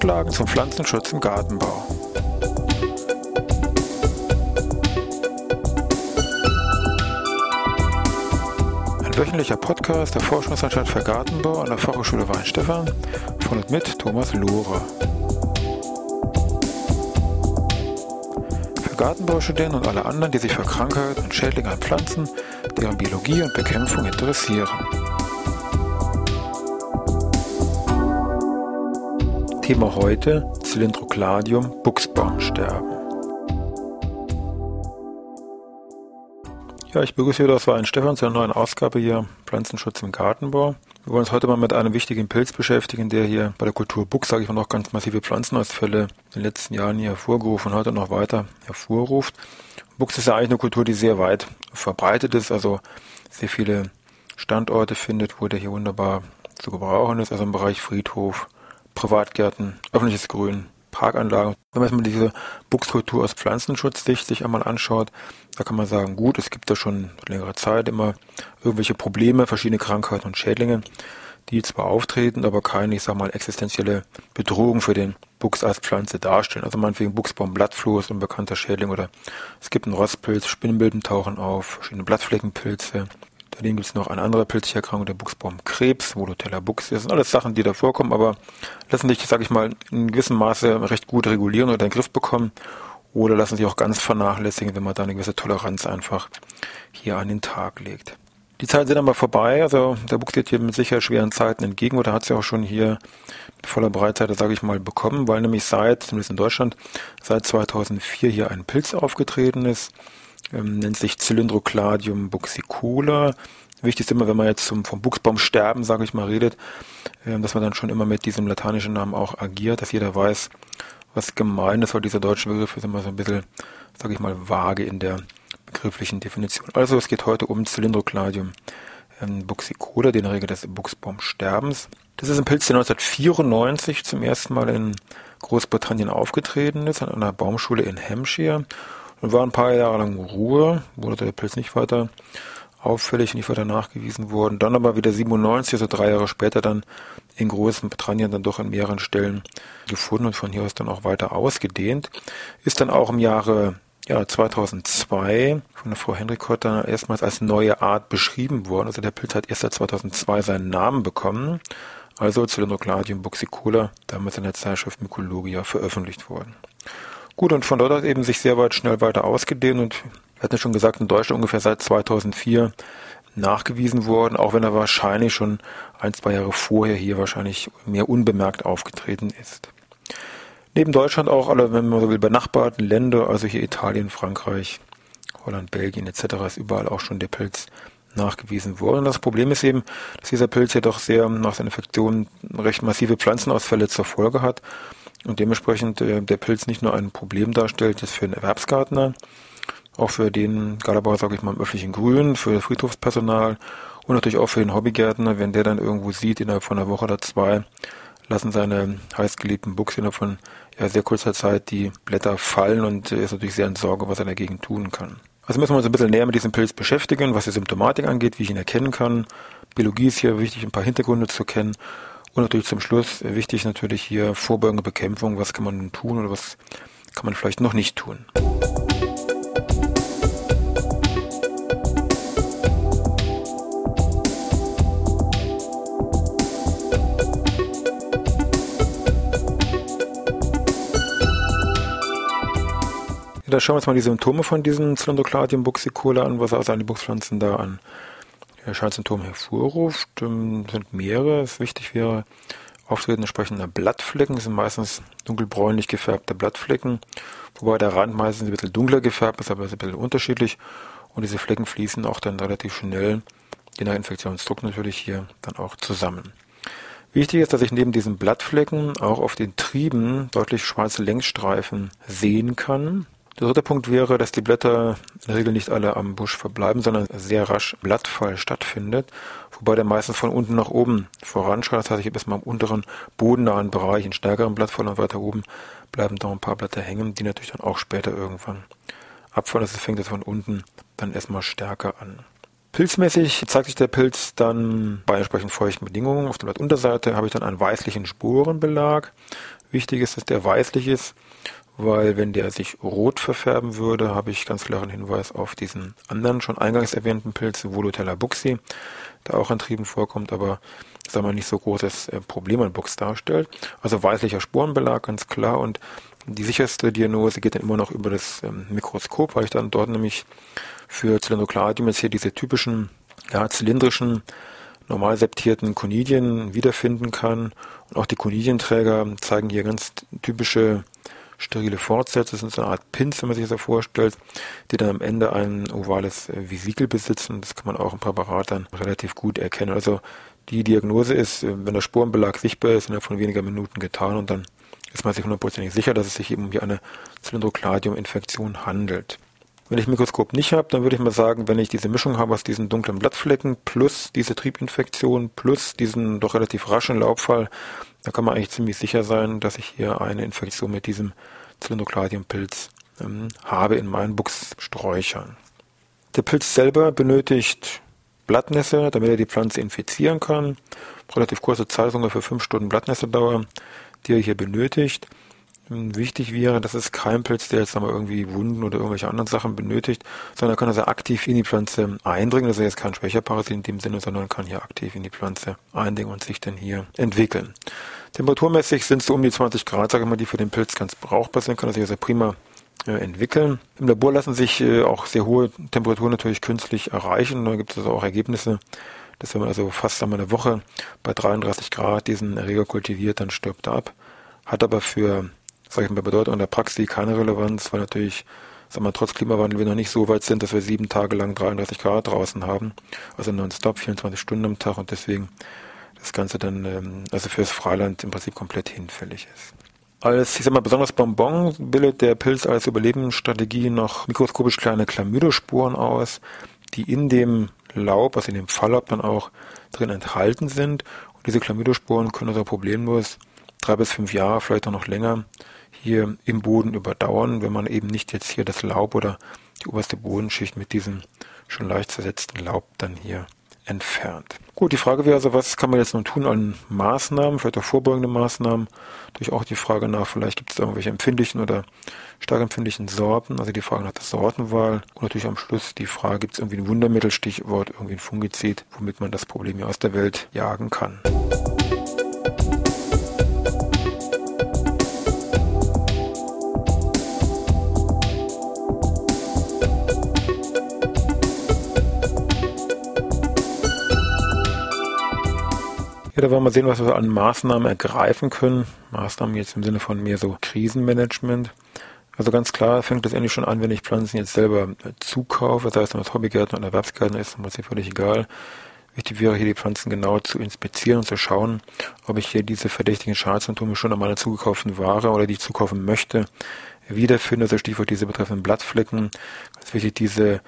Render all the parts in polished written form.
Grundlagen zum Pflanzenschutz im Gartenbau. Ein wöchentlicher Podcast der Forschungsanstalt für Gartenbau an der Fachhochschule Weihenstephan von und mit Thomas Lohrer. Für Gartenbaustudenten und alle anderen, die sich für Krankheiten und Schädlinge an Pflanzen, deren Biologie und Bekämpfung interessieren. Thema heute: Cylindrocladium Buchsbaumsterben. Ja, ich begrüße wieder aus Weihenstephan zu einer neuen Ausgabe hier Pflanzenschutz im Gartenbau. Wir wollen uns heute mal mit einem wichtigen Pilz beschäftigen, der hier bei der Kultur Buchs, sage ich mal, noch ganz massive Pflanzenausfälle in den letzten Jahren hier hervorgerufen und heute noch weiter hervorruft. Buchs ist ja eigentlich eine Kultur, die sehr weit verbreitet ist, also sehr viele Standorte findet, wo der hier wunderbar zu gebrauchen ist, also im Bereich Friedhof, Privatgärten, öffentliches Grün, Parkanlagen. Wenn man jetzt mal diese Buchskultur aus Pflanzenschutzsicht sich einmal anschaut, da kann man sagen, gut, es gibt da schon längere Zeit immer irgendwelche Probleme, verschiedene Krankheiten und Schädlinge, die zwar auftreten, aber keine, ich sag mal, existenzielle Bedrohung für den Buchs als Pflanze darstellen. Also meinetwegen Buchsbaumblattfluh ist ein bekannter Schädling oder es gibt einen Rostpilz, Spinnenmilben tauchen auf, verschiedene Blattfleckenpilze. Daneben gibt es noch eine andere pilzliche der Buchsbaumkrebs, Volotella buchs. Das sind alles Sachen, die da vorkommen, aber lassen sich, sage ich mal, in gewissem Maße recht gut regulieren oder in den Griff bekommen oder lassen sich auch ganz vernachlässigen, wenn man da eine gewisse Toleranz einfach hier an den Tag legt. Die Zeiten sind aber vorbei, also der Buchs geht hier mit sicher schweren Zeiten entgegen oder hat sie auch schon hier mit voller Breitseite, sage ich mal, bekommen, weil nämlich zumindest in Deutschland, seit 2004 hier ein Pilz aufgetreten ist. Nennt sich Cylindrocladium buxicola. Wichtig ist immer, wenn man jetzt vom Buchsbaumsterben, sage ich mal, redet, dass man dann schon immer mit diesem lateinischen Namen auch agiert, dass jeder weiß, was gemeint ist, weil dieser deutsche Begriff ist immer so ein bisschen, sage ich mal, vage in der begrifflichen Definition. Also es geht heute um Cylindrocladium buxicola, den Erreger des Buchsbaumsterbens. Das ist ein Pilz, der 1994 zum ersten Mal in Großbritannien aufgetreten ist, an einer Baumschule in Hampshire. Und war ein paar Jahre lang Ruhe, wurde der Pilz nicht weiter auffällig, nicht weiter nachgewiesen worden. Dann aber wieder 97, also 3 Jahre später dann in Großbritannien dann doch an mehreren Stellen gefunden und von hier aus dann auch weiter ausgedehnt. Ist dann auch im Jahre 2002 von der Frau Henrikott dann erstmals als neue Art beschrieben worden. Also der Pilz hat erst seit 2002 seinen Namen bekommen. Also Cylindrocladium buxicola, damals in der Zeitschrift Mycologia veröffentlicht worden. Gut, und von dort aus eben sich sehr schnell weiter ausgedehnt und wir hatten ja schon gesagt, in Deutschland ungefähr seit 2004 nachgewiesen worden, auch wenn er wahrscheinlich schon 1-2 Jahre vorher hier wahrscheinlich mehr unbemerkt aufgetreten ist. Neben Deutschland auch alle, wenn man so will, benachbarten Länder, also hier Italien, Frankreich, Holland, Belgien etc. ist überall auch schon der Pilz nachgewiesen worden. Und das Problem ist eben, dass dieser Pilz jedoch sehr nach seiner Infektion recht massive Pflanzenausfälle zur Folge hat. Und dementsprechend der Pilz nicht nur ein Problem darstellt, jetzt für den Erwerbsgärtner, auch für den Gartenbauer, sage ich mal, im öffentlichen Grün, für das Friedhofspersonal und natürlich auch für den Hobbygärtner, wenn der dann irgendwo sieht, innerhalb von einer Woche oder 2 lassen seine heißgeliebten Buchs innerhalb von sehr kurzer Zeit die Blätter fallen und er ist natürlich sehr in Sorge, was er dagegen tun kann. Also müssen wir uns ein bisschen näher mit diesem Pilz beschäftigen, was die Symptomatik angeht, wie ich ihn erkennen kann. Biologie ist hier wichtig, ein paar Hintergründe zu kennen. Und natürlich zum Schluss wichtig natürlich hier vorbeugende Bekämpfung. Was kann man nun tun oder was kann man vielleicht noch nicht tun? Ja, da schauen wir uns mal die Symptome von diesem Cylindrocladium buxicola an, was also an die Buchspflanzen da an Schadsymptome hervorruft, sind mehrere. Es wichtig wäre, Auftreten entsprechender Blattflecken. Das sind meistens dunkelbräunlich gefärbte Blattflecken, wobei der Rand meistens ein bisschen dunkler gefärbt ist, aber ist ein bisschen unterschiedlich. Und diese Flecken fließen auch dann relativ schnell, je nach Infektionsdruck natürlich hier dann auch zusammen. Wichtig ist, dass ich neben diesen Blattflecken auch auf den Trieben deutlich schwarze Längsstreifen sehen kann. Der dritte Punkt wäre, dass die Blätter in der Regel nicht alle am Busch verbleiben, sondern sehr rasch Blattfall stattfindet, wobei der meistens von unten nach oben voranschreitet. Das heißt, ich habe erstmal im unteren bodennahen Bereich einen stärkeren Blattfall und weiter oben bleiben da ein paar Blätter hängen, die natürlich dann auch später irgendwann abfallen. Das fängt jetzt von unten dann erstmal stärker an. Pilzmäßig zeigt sich der Pilz dann bei entsprechend feuchten Bedingungen. Auf der Blattunterseite habe ich dann einen weißlichen Sporenbelag. Wichtig ist, dass der weißlich ist, weil wenn der sich rot verfärben würde, habe ich ganz klaren Hinweis auf diesen anderen, schon eingangs erwähnten Pilz, Volotella buxi, der auch an Trieben vorkommt, aber sagen wir nicht so großes Problem an Buchs darstellt. Also weißlicher Sporenbelag, ganz klar, und die sicherste Diagnose geht dann immer noch über das Mikroskop, weil ich dann dort nämlich für Cylindrocladium jetzt hier diese typischen, zylindrischen, normal septierten Conidien wiederfinden kann. Und auch die Conidienträger zeigen hier ganz typische sterile Fortsätze. Das sind so eine Art Pins, wenn man sich das so vorstellt, die dann am Ende ein ovales Vesikel besitzen. Das kann man auch im Präparat dann relativ gut erkennen. Also die Diagnose ist, wenn der Sporenbelag sichtbar ist, innerhalb von weniger Minuten getan, und dann ist man sich hundertprozentig sicher, dass es sich eben um hier eine Cylindrocladium-Infektion handelt. Wenn ich ein Mikroskop nicht habe, dann würde ich mal sagen, wenn ich diese Mischung habe aus diesen dunklen Blattflecken plus diese Triebinfektion plus diesen doch relativ raschen Laubfall, dann kann man eigentlich ziemlich sicher sein, dass ich hier eine Infektion mit diesem Cylindrocladium-Pilz habe in meinen Buchssträuchern. Der Pilz selber benötigt Blattnässe, damit er die Pflanze infizieren kann. Relativ kurze Zeit, ungefähr 5 Stunden Blattnässedauer, die er hier benötigt. Wichtig wäre, dass es kein Pilz, der jetzt irgendwie Wunden oder irgendwelche anderen Sachen benötigt, sondern er kann also aktiv in die Pflanze eindringen. Das ist jetzt kein schwächer Parasit in dem Sinne, sondern kann hier aktiv in die Pflanze eindringen und sich dann hier entwickeln. Temperaturmäßig sind es so um die 20 Grad, sage ich mal, die für den Pilz ganz brauchbar sind, kann er sich also prima entwickeln. Im Labor lassen sich auch sehr hohe Temperaturen natürlich künstlich erreichen. Da gibt es also auch Ergebnisse, dass wenn man also fast einmal eine Woche bei 33 Grad diesen Erreger kultiviert, dann stirbt er ab. Hat aber für, sage ich mal, Bedeutung in der Praxis keine Relevanz, weil natürlich, trotz Klimawandel wir noch nicht so weit sind, dass wir 7 Tage lang 33 Grad draußen haben. Also nonstop, 24 Stunden am Tag, und deswegen das Ganze dann, also fürs Freiland im Prinzip komplett hinfällig ist. Als, besonders Bonbon bildet der Pilz als Überlebensstrategie noch mikroskopisch kleine Chlamydosporen aus, die in dem Laub, also in dem Falllaub dann auch drin enthalten sind. Und diese Chlamydosporen können also problemlos 3 bis 5 Jahre, vielleicht auch noch länger, hier im Boden überdauern, wenn man eben nicht jetzt hier das Laub oder die oberste Bodenschicht mit diesem schon leicht zersetzten Laub dann hier entfernt. Gut, die Frage wäre also, was kann man jetzt nun tun an Maßnahmen, vielleicht auch vorbeugende Maßnahmen? Natürlich auch die Frage nach, vielleicht gibt es irgendwelche empfindlichen oder stark empfindlichen Sorten, also die Frage nach der Sortenwahl, und natürlich am Schluss die Frage, gibt es irgendwie ein Wundermittel, Stichwort irgendwie ein Fungizid, womit man das Problem hier aus der Welt jagen kann. Ja, da wollen wir sehen, was wir an Maßnahmen ergreifen können. Maßnahmen jetzt im Sinne von mehr so Krisenmanagement. Also ganz klar fängt das endlich schon an, wenn ich Pflanzen jetzt selber zukaufe, sei es dann als Hobbygärtner oder Erwerbsgärtner, ist mir völlig egal. Wichtig wäre hier die Pflanzen genau zu inspizieren und zu schauen, ob ich hier diese verdächtigen Schadsymptome schon an meiner zugekauften Ware oder die ich zukaufen möchte wiederfinde. Also Stichwort diese betreffenden Blattflecken. Ganz wichtig, diese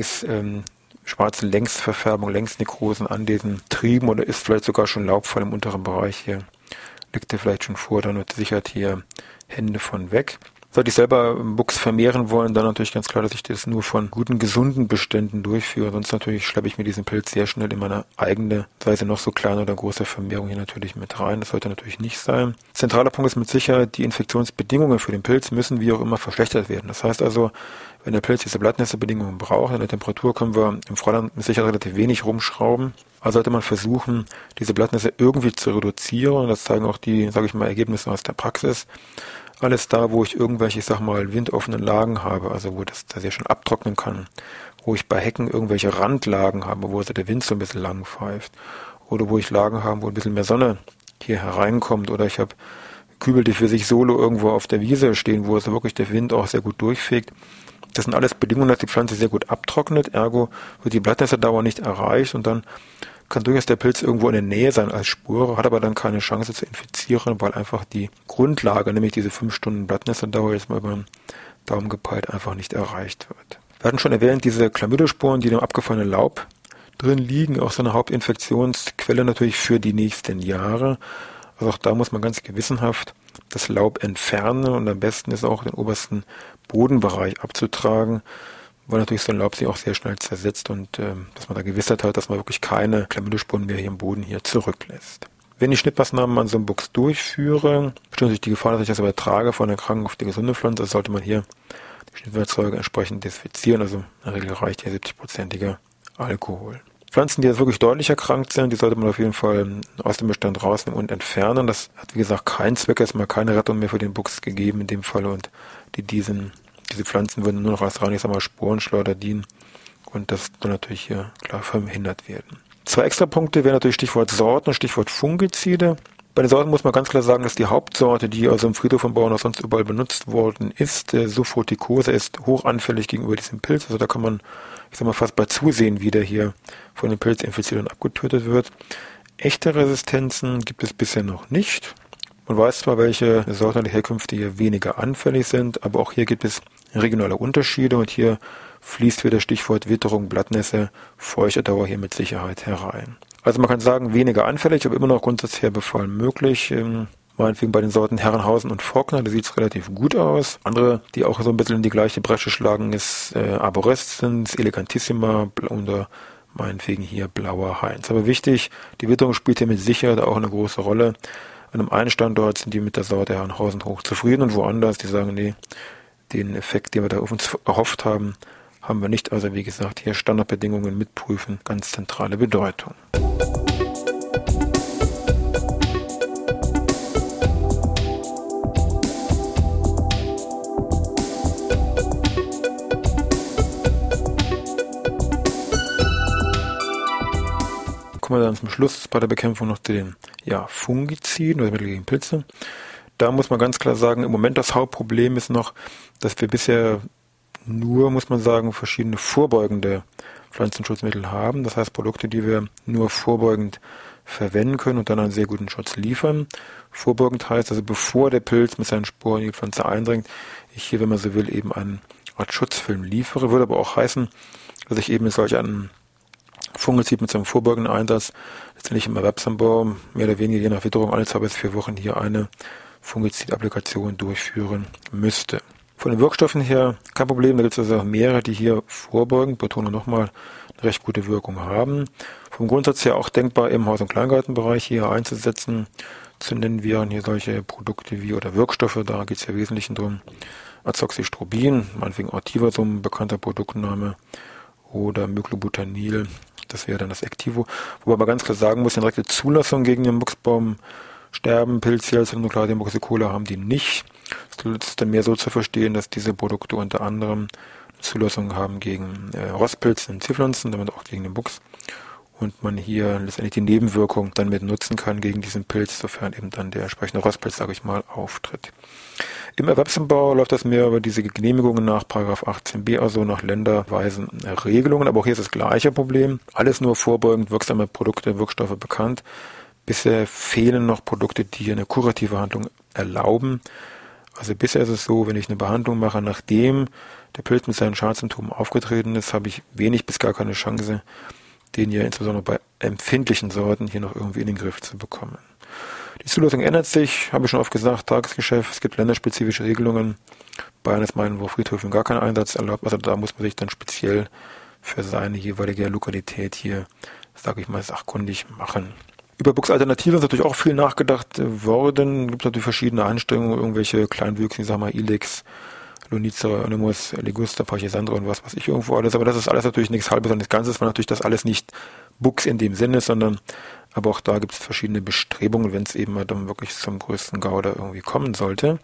schwarze Längsverfärbung, Längsnekrosen an diesen Trieben, oder ist vielleicht sogar schon Laubfall im unteren Bereich hier. Liegt der vielleicht schon vor, dann wird sichert hier Hände von weg. Sollte ich selber Buchs vermehren wollen, dann natürlich ganz klar, dass ich das nur von guten, gesunden Beständen durchführe. Sonst natürlich schleppe ich mir diesen Pilz sehr schnell in meine eigene, sei es noch so kleine oder große Vermehrung hier natürlich mit rein. Das sollte natürlich nicht sein. Zentraler Punkt ist mit Sicherheit, die Infektionsbedingungen für den Pilz müssen wie auch immer verschlechtert werden. Das heißt also, wenn der Pilz diese Blattnässebedingungen braucht, in der Temperatur können wir im Freiland mit Sicherheit relativ wenig rumschrauben. Also sollte man versuchen, diese Blattnässe irgendwie zu reduzieren. Das zeigen auch die, Ergebnisse aus der Praxis. Alles da, wo ich irgendwelche, windoffenen Lagen habe, also wo das sehr schön abtrocknen kann, wo ich bei Hecken irgendwelche Randlagen habe, wo also der Wind so ein bisschen lang pfeift, oder wo ich Lagen habe, wo ein bisschen mehr Sonne hier hereinkommt, oder ich habe Kübel, die für sich solo irgendwo auf der Wiese stehen, wo also wirklich der Wind auch sehr gut durchfegt. Das sind alles Bedingungen, dass die Pflanze sehr gut abtrocknet, ergo wird die Blattnässedauer nicht erreicht, und dann kann durchaus der Pilz irgendwo in der Nähe sein als Spur, hat aber dann keine Chance zu infizieren, weil einfach die Grundlage, nämlich diese 5 Stunden Blattnässedauer, jetzt mal über den Daumen gepeilt, einfach nicht erreicht wird. Wir hatten schon erwähnt, diese Chlamydosporen, die im abgefallenen Laub drin liegen, auch so eine Hauptinfektionsquelle natürlich für die nächsten Jahre. Also auch da muss man ganz gewissenhaft das Laub entfernen, und am besten ist auch den obersten Bodenbereich abzutragen, weil natürlich so ein Laub sich auch sehr schnell zersetzt und dass man da Gewissheit hat, dass man wirklich keine Chlamydia-Spuren mehr hier im Boden hier zurücklässt. Wenn ich Schnittmaßnahmen an so einem Buchs durchführe, besteht natürlich die Gefahr, dass ich das übertrage von der kranken auf die gesunde Pflanze. Also sollte man hier die Schnittwerkzeuge entsprechend desinfizieren. Also in der Regel reicht hier 70%iger Alkohol. Pflanzen, die jetzt wirklich deutlich erkrankt sind, die sollte man auf jeden Fall aus dem Bestand rausnehmen und entfernen. Das hat, wie gesagt, keinen Zweck, erstmal keine Rettung mehr für den Buchs gegeben in dem Fall und diese Pflanzen würden nur noch als rein, Sporenschleuder dienen und das soll natürlich hier klar verhindert werden. 2 Extrapunkte wären natürlich Stichwort Sorten und Stichwort Fungizide. Bei den Sorten muss man ganz klar sagen, dass die Hauptsorte, die also im Friedhof von Bauern auch sonst überall benutzt worden ist, Sophroticose, ist hochanfällig gegenüber diesem Pilz. Also da kann man, fast bei zusehen, wie der hier von dem Pilz infiziert und abgetötet wird. Echte Resistenzen gibt es bisher noch nicht. Man weiß zwar, welche Sorten der Herkünfte hier weniger anfällig sind, aber auch hier gibt es regionale Unterschiede und hier fließt wieder Stichwort Witterung, Blattnässe, feuchte Dauer hier mit Sicherheit herein. Also man kann sagen, weniger anfällig, aber immer noch grundsätzlich Herbefall möglich. Meinetwegen bei den Sorten Herrenhausen und Faulkner, da sieht es relativ gut aus. Andere, die auch so ein bisschen in die gleiche Bresche schlagen, ist Arborescens, Elegantissima oder meinetwegen hier Blauer Heinz. Aber wichtig, die Witterung spielt hier mit Sicherheit auch eine große Rolle. An einem einen Standort sind die mit der Sorte Herrenhausen hoch zufrieden und woanders, die sagen, nee, den Effekt, den wir da auf uns erhofft haben, haben wir nicht. Also wie gesagt, hier Standardbedingungen mitprüfen, ganz zentrale Bedeutung. Kommen wir dann zum Schluss bei der Bekämpfung noch zu den Fungiziden oder Mittel gegen Pilze. Da muss man ganz klar sagen, im Moment das Hauptproblem ist noch, dass wir bisher nur, muss man sagen, verschiedene vorbeugende Pflanzenschutzmittel haben. Das heißt Produkte, die wir nur vorbeugend verwenden können und dann einen sehr guten Schutz liefern. Vorbeugend heißt also, bevor der Pilz mit seinen Sporen in die Pflanze eindringt, ich hier, wenn man so will, eben eine Art Schutzfilm liefere. Würde aber auch heißen, dass ich eben mit solch einem Fungizid mit seinem vorbeugenden Einsatz letztendlich im Erwerbsanbau mehr oder weniger je nach Witterung alle 2 bis 4 Wochen hier eine Fungizidapplikation durchführen müsste. Von den Wirkstoffen her kein Problem, da gibt es also mehrere, die hier vorbeugend, betone nochmal, eine recht gute Wirkung haben. Vom Grundsatz her auch denkbar im Haus- und Kleingartenbereich hier einzusetzen. Zu nennen wären hier solche Produkte wie oder Wirkstoffe, da geht es ja im Wesentlichen drum. Azoxystrobin, meinetwegen Ortivasum, bekannter Produktname, oder Myclobutanil, das wäre dann das Activo. Wobei man ganz klar sagen muss, eine direkte Zulassung gegen den Buchsbaumsterben, Pilzchen, Cyanocladium, Buxicola haben die nicht. Das ist dann mehr so zu verstehen, dass diese Produkte unter anderem Zulassung haben gegen Rostpilze in Zierpflanzen, damit auch gegen den Buchs. Und man hier letztendlich die Nebenwirkung dann mit nutzen kann gegen diesen Pilz, sofern eben dann der entsprechende Rostpilz, auftritt. Im Erwerbsanbau läuft das mehr über diese Genehmigungen nach § 18b, also nach länderweisen Regelungen. Aber auch hier ist das gleiche Problem. Alles nur vorbeugend wirksame Produkte, Wirkstoffe bekannt. Bisher fehlen noch Produkte, die eine kurative Handlung erlauben. Also bisher ist es so, wenn ich eine Behandlung mache, nachdem der Pilz mit seinen Schadsymptomen aufgetreten ist, habe ich wenig bis gar keine Chance, den ja insbesondere bei empfindlichen Sorten hier noch irgendwie in den Griff zu bekommen. Die Zulassung ändert sich, habe ich schon oft gesagt, Tagesgeschäft, es gibt länderspezifische Regelungen. Bayern ist meinen, wo Friedhöfen gar keinen Einsatz erlaubt, also da muss man sich dann speziell für seine jeweilige Lokalität hier, sachkundig machen. Über Buchsalternativen ist natürlich auch viel nachgedacht worden. Es gibt natürlich verschiedene Anstrengungen, irgendwelche kleinwüchsigen, Ilex, Lonicera, Animus, Liguster, Pachysanthra und was weiß ich irgendwo alles. Aber das ist alles natürlich nichts Halbes und nichts Ganzes, weil natürlich das alles nicht Buchs in dem Sinne, sondern aber auch da gibt es verschiedene Bestrebungen, wenn es eben mal dann wirklich zum größten Gauder irgendwie kommen sollte.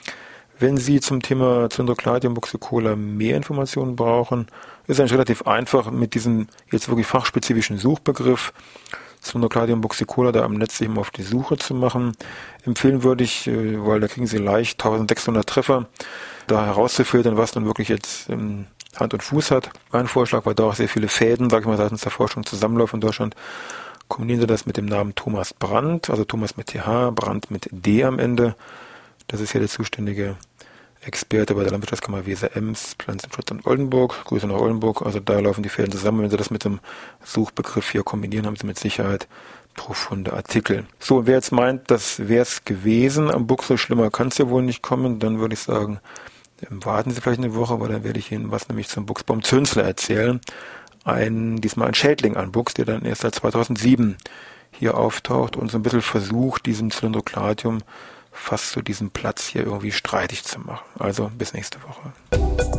Wenn Sie zum Thema Cyanocladium buxicola mehr Informationen brauchen, ist es eigentlich relativ einfach mit diesem jetzt wirklich fachspezifischen Suchbegriff Cyanocladium buxicola da am Netz eben auf die Suche zu machen. Empfehlen würde ich, weil da kriegen Sie leicht 1600 Treffer, da herauszufiltern, was nun wirklich jetzt Hand und Fuß hat. Mein Vorschlag war da auch sehr viele Fäden, seitens der Forschung zusammenlaufen in Deutschland. Kombinieren Sie das mit dem Namen Thomas Brandt, also Thomas mit TH, Brandt mit D am Ende. Das ist hier der zuständige Experte bei der Landwirtschaftskammer Weser-Ems, Pflanzenschutz in Oldenburg. Grüße nach Oldenburg. Also da laufen die Fäden zusammen. Wenn Sie das mit dem Suchbegriff hier kombinieren, haben Sie mit Sicherheit profunde Artikel. So, und wer jetzt meint, das wäre es gewesen, am Buchs so schlimmer kann es ja wohl nicht kommen, dann würde ich sagen, Warten Sie vielleicht eine Woche, weil dann werde ich Ihnen was nämlich zum Buchsbaum Zünsler erzählen. Diesmal ein Schädling an Buchs, der dann erst seit 2007 hier auftaucht und so ein bisschen versucht, diesem Cylindrocladium fast so diesen Platz hier irgendwie streitig zu machen. Also bis nächste Woche.